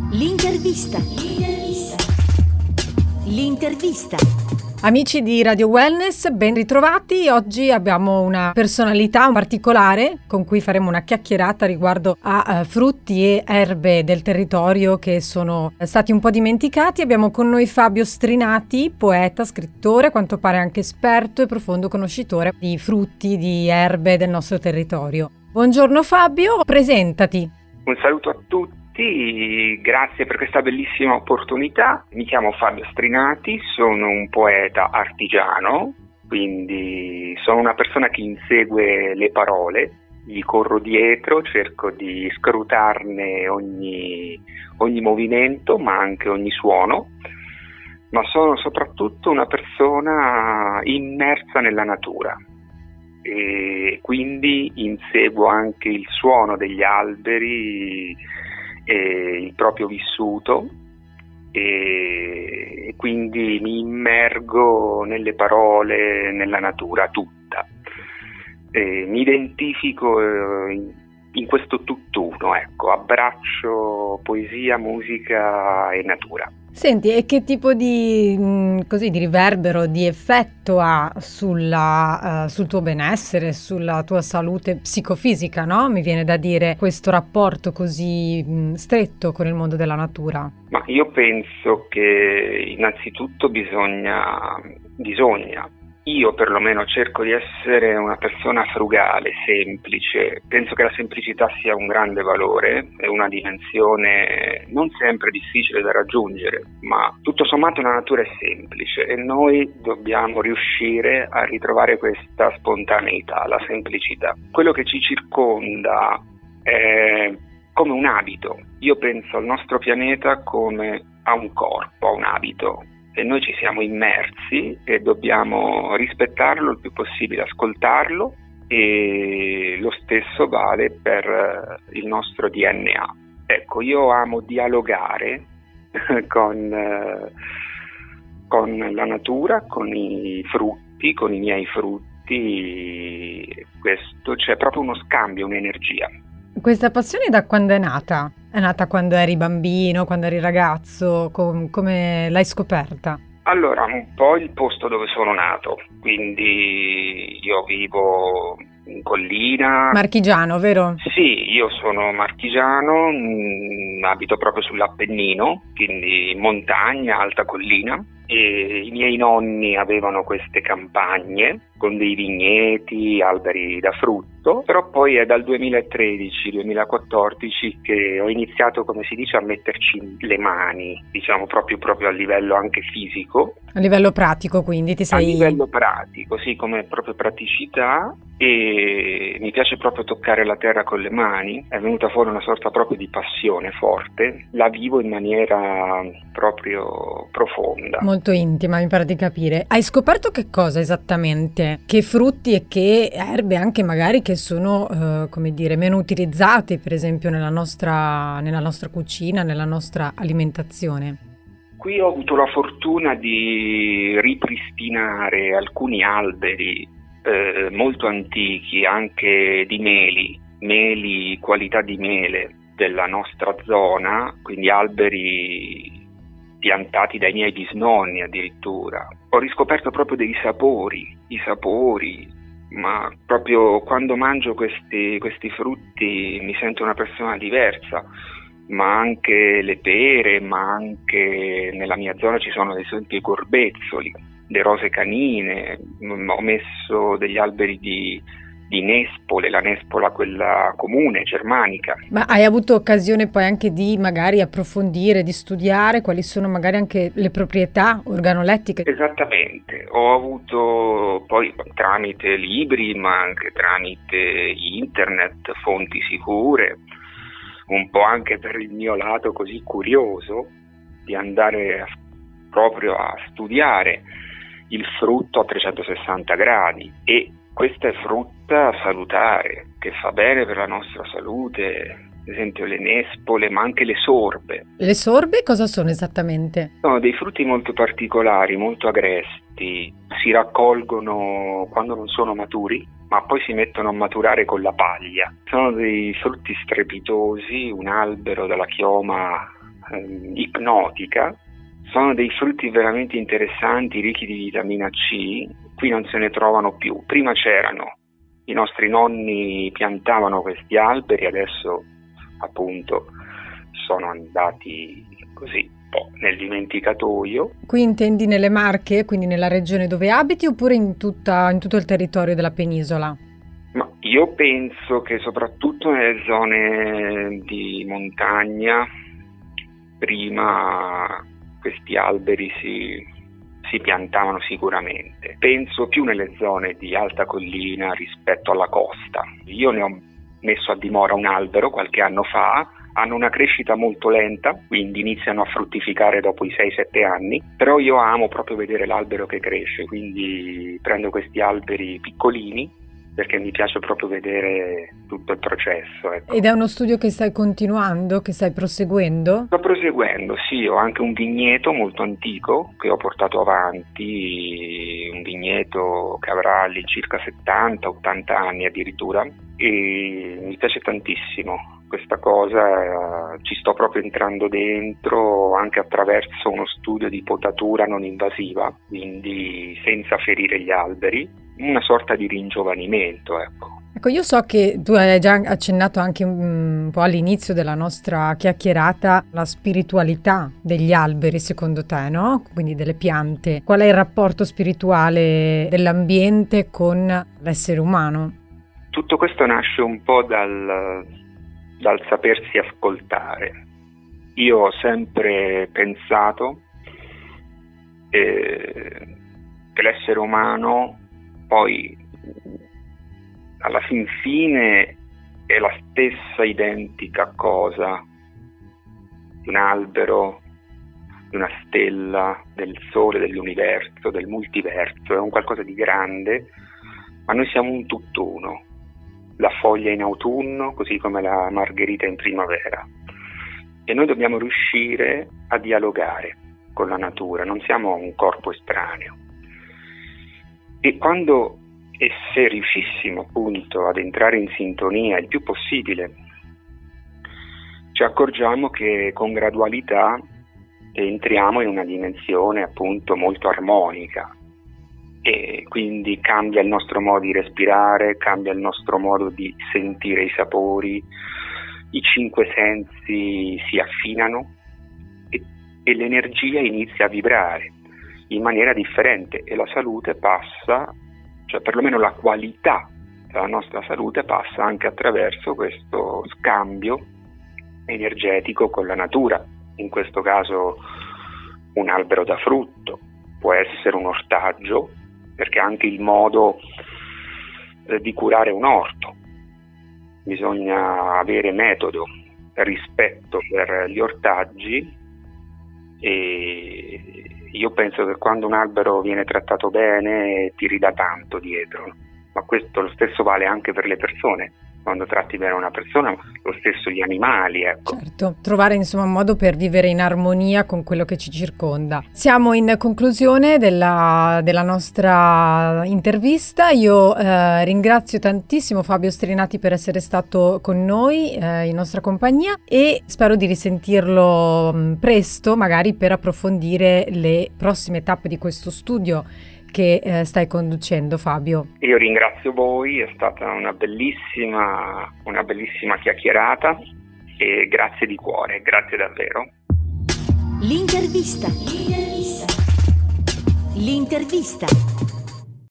L'intervista. L'intervista. Amici di Radio Wellness, ben ritrovati. Oggi abbiamo una personalità particolare con cui faremo una chiacchierata riguardo a frutti e erbe del territorio che sono stati un po' dimenticati. Abbiamo con noi Fabio Strinati, poeta, scrittore, a quanto pare anche esperto e profondo conoscitore di frutti, di erbe del nostro territorio. Buongiorno Fabio, presentati. Un saluto a tutti. Grazie per questa bellissima opportunità. Mi chiamo Fabio Strinati, sono un poeta artigiano, quindi sono una persona che insegue le parole, gli corro dietro, cerco di scrutarne ogni movimento, ma anche ogni suono, ma sono soprattutto una persona immersa nella natura e quindi inseguo anche il suono degli alberi e il proprio vissuto e quindi mi immergo nelle parole, nella natura tutta. Mi identifico in questo tutt'uno, ecco, abbraccio poesia, musica e natura. Senti, e che tipo di riverbero, di effetto ha sul tuo benessere, sulla tua salute psicofisica, no? Mi viene da dire questo rapporto così stretto con il mondo della natura. Ma io penso che innanzitutto bisogna, io perlomeno cerco di essere una persona frugale, semplice. Penso che la semplicità sia un grande valore, è una dimensione non sempre difficile da raggiungere, ma tutto sommato la natura è semplice e noi dobbiamo riuscire a ritrovare questa spontaneità, la semplicità. Quello che ci circonda è come un abito. Io penso al nostro pianeta come a un corpo, a un abito. E noi ci siamo immersi e dobbiamo rispettarlo il più possibile, ascoltarlo, e lo stesso vale per il nostro DNA. Ecco, io amo dialogare con la natura, con i frutti, con i miei frutti. Questo c'è proprio uno scambio, un'energia. Questa passione da quando è nata? È nata quando eri bambino, quando eri ragazzo? Come l'hai scoperta? Allora, un po' il posto dove sono nato, quindi io vivo in collina. Marchigiano, vero? Sì, io sono marchigiano, abito proprio sull'Appennino, quindi montagna, alta collina. E i miei nonni avevano queste campagne con dei vigneti, alberi da frutto, però poi è dal 2013-2014 che ho iniziato, come si dice, a metterci le mani, diciamo proprio a livello anche fisico. A livello pratico, quindi ti sei... A livello pratico, sì, come proprio praticità, e mi piace proprio toccare la terra con le mani, è venuta fuori una sorta proprio di passione forte, la vivo in maniera proprio profonda. Molto intima, mi pare di capire. Hai scoperto che cosa esattamente? Che frutti e che erbe anche magari che sono, meno utilizzati, per esempio, nella nostra cucina, nella nostra alimentazione? Qui ho avuto la fortuna di ripristinare alcuni alberi molto antichi, anche di meli, qualità di mele della nostra zona, quindi alberi piantati dai miei bisnonni addirittura. Ho riscoperto proprio dei sapori, ma proprio quando mangio questi frutti mi sento una persona diversa, ma anche le pere, ma anche nella mia zona ci sono ad esempio i corbezzoli, le rose canine, ho messo degli alberi di nespole, la nespola quella comune, germanica. Ma hai avuto occasione poi anche di magari approfondire, di studiare quali sono magari anche le proprietà organolettiche? Esattamente, ho avuto poi tramite libri, ma anche tramite internet, fonti sicure, un po' anche per il mio lato così curioso di andare proprio a studiare il frutto a 360 gradi, e questa è frutta salutare che fa bene per la nostra salute, ad esempio le nespole, ma anche le sorbe. Le sorbe cosa sono esattamente? Sono dei frutti molto particolari, molto agresti, si raccolgono quando non sono maturi, ma poi si mettono a maturare con la paglia. Sono dei frutti strepitosi, un albero dalla chioma ipnotica. Sono dei frutti veramente interessanti, ricchi di vitamina C. Qui non se ne trovano più. Prima c'erano, i nostri nonni piantavano questi alberi, adesso appunto sono andati così un po' nel dimenticatoio. Qui intendi nelle Marche, quindi nella regione dove abiti, oppure in tutto il territorio della penisola? Ma io penso che soprattutto nelle zone di montagna prima questi alberi si piantavano sicuramente. Penso più nelle zone di alta collina rispetto alla costa. Io ne ho messo a dimora un albero qualche anno fa, hanno una crescita molto lenta, quindi iniziano a fruttificare dopo i 6-7 anni, però io amo proprio vedere l'albero che cresce, quindi prendo questi alberi piccolini perché mi piace proprio vedere tutto il processo. Ecco. Ed è uno studio che stai continuando, che stai proseguendo? Sto proseguendo, sì, ho anche un vigneto molto antico che ho portato avanti, un vigneto che avrà all'incirca 70-80 anni addirittura, e mi piace tantissimo questa cosa, ci sto proprio entrando dentro anche attraverso uno studio di potatura non invasiva, quindi senza ferire gli alberi, una sorta di ringiovanimento, ecco. Ecco, io so che tu hai già accennato anche un po' all'inizio della nostra chiacchierata la spiritualità degli alberi, secondo te, no? Quindi delle piante. Qual è il rapporto spirituale dell'ambiente con l'essere umano? Tutto questo nasce un po' dal sapersi ascoltare. Io ho sempre pensato che l'essere umano poi alla fin fine è la stessa identica cosa di un albero, di una stella, del sole, dell'universo, del multiverso, è un qualcosa di grande, ma noi siamo un tutt'uno. La foglia in autunno, così come la margherita in primavera. E noi dobbiamo riuscire a dialogare con la natura, non siamo un corpo estraneo. E se riuscissimo appunto ad entrare in sintonia il più possibile, ci accorgiamo che con gradualità entriamo in una dimensione appunto molto armonica. E quindi cambia il nostro modo di respirare, cambia il nostro modo di sentire i sapori, i 5 sensi si affinano e l'energia inizia a vibrare in maniera differente e la salute passa, cioè perlomeno la qualità della nostra salute passa anche attraverso questo scambio energetico con la natura, in questo caso un albero da frutto, può essere un ortaggio, perché anche il modo di curare un orto, bisogna avere metodo, rispetto per gli ortaggi, e io penso che quando un albero viene trattato bene ti ridà tanto dietro, ma questo lo stesso vale anche per le persone. Quando tratti bene una persona, lo stesso gli animali, ecco. Certo, trovare insomma un modo per vivere in armonia con quello che ci circonda. Siamo in conclusione della nostra intervista. Io ringrazio tantissimo Fabio Strinati per essere stato con noi in nostra compagnia e spero di risentirlo presto, magari per approfondire le prossime tappe di questo studio che stai conducendo, Fabio. Io ringrazio voi, è stata una bellissima chiacchierata e grazie di cuore, grazie davvero. L'intervista.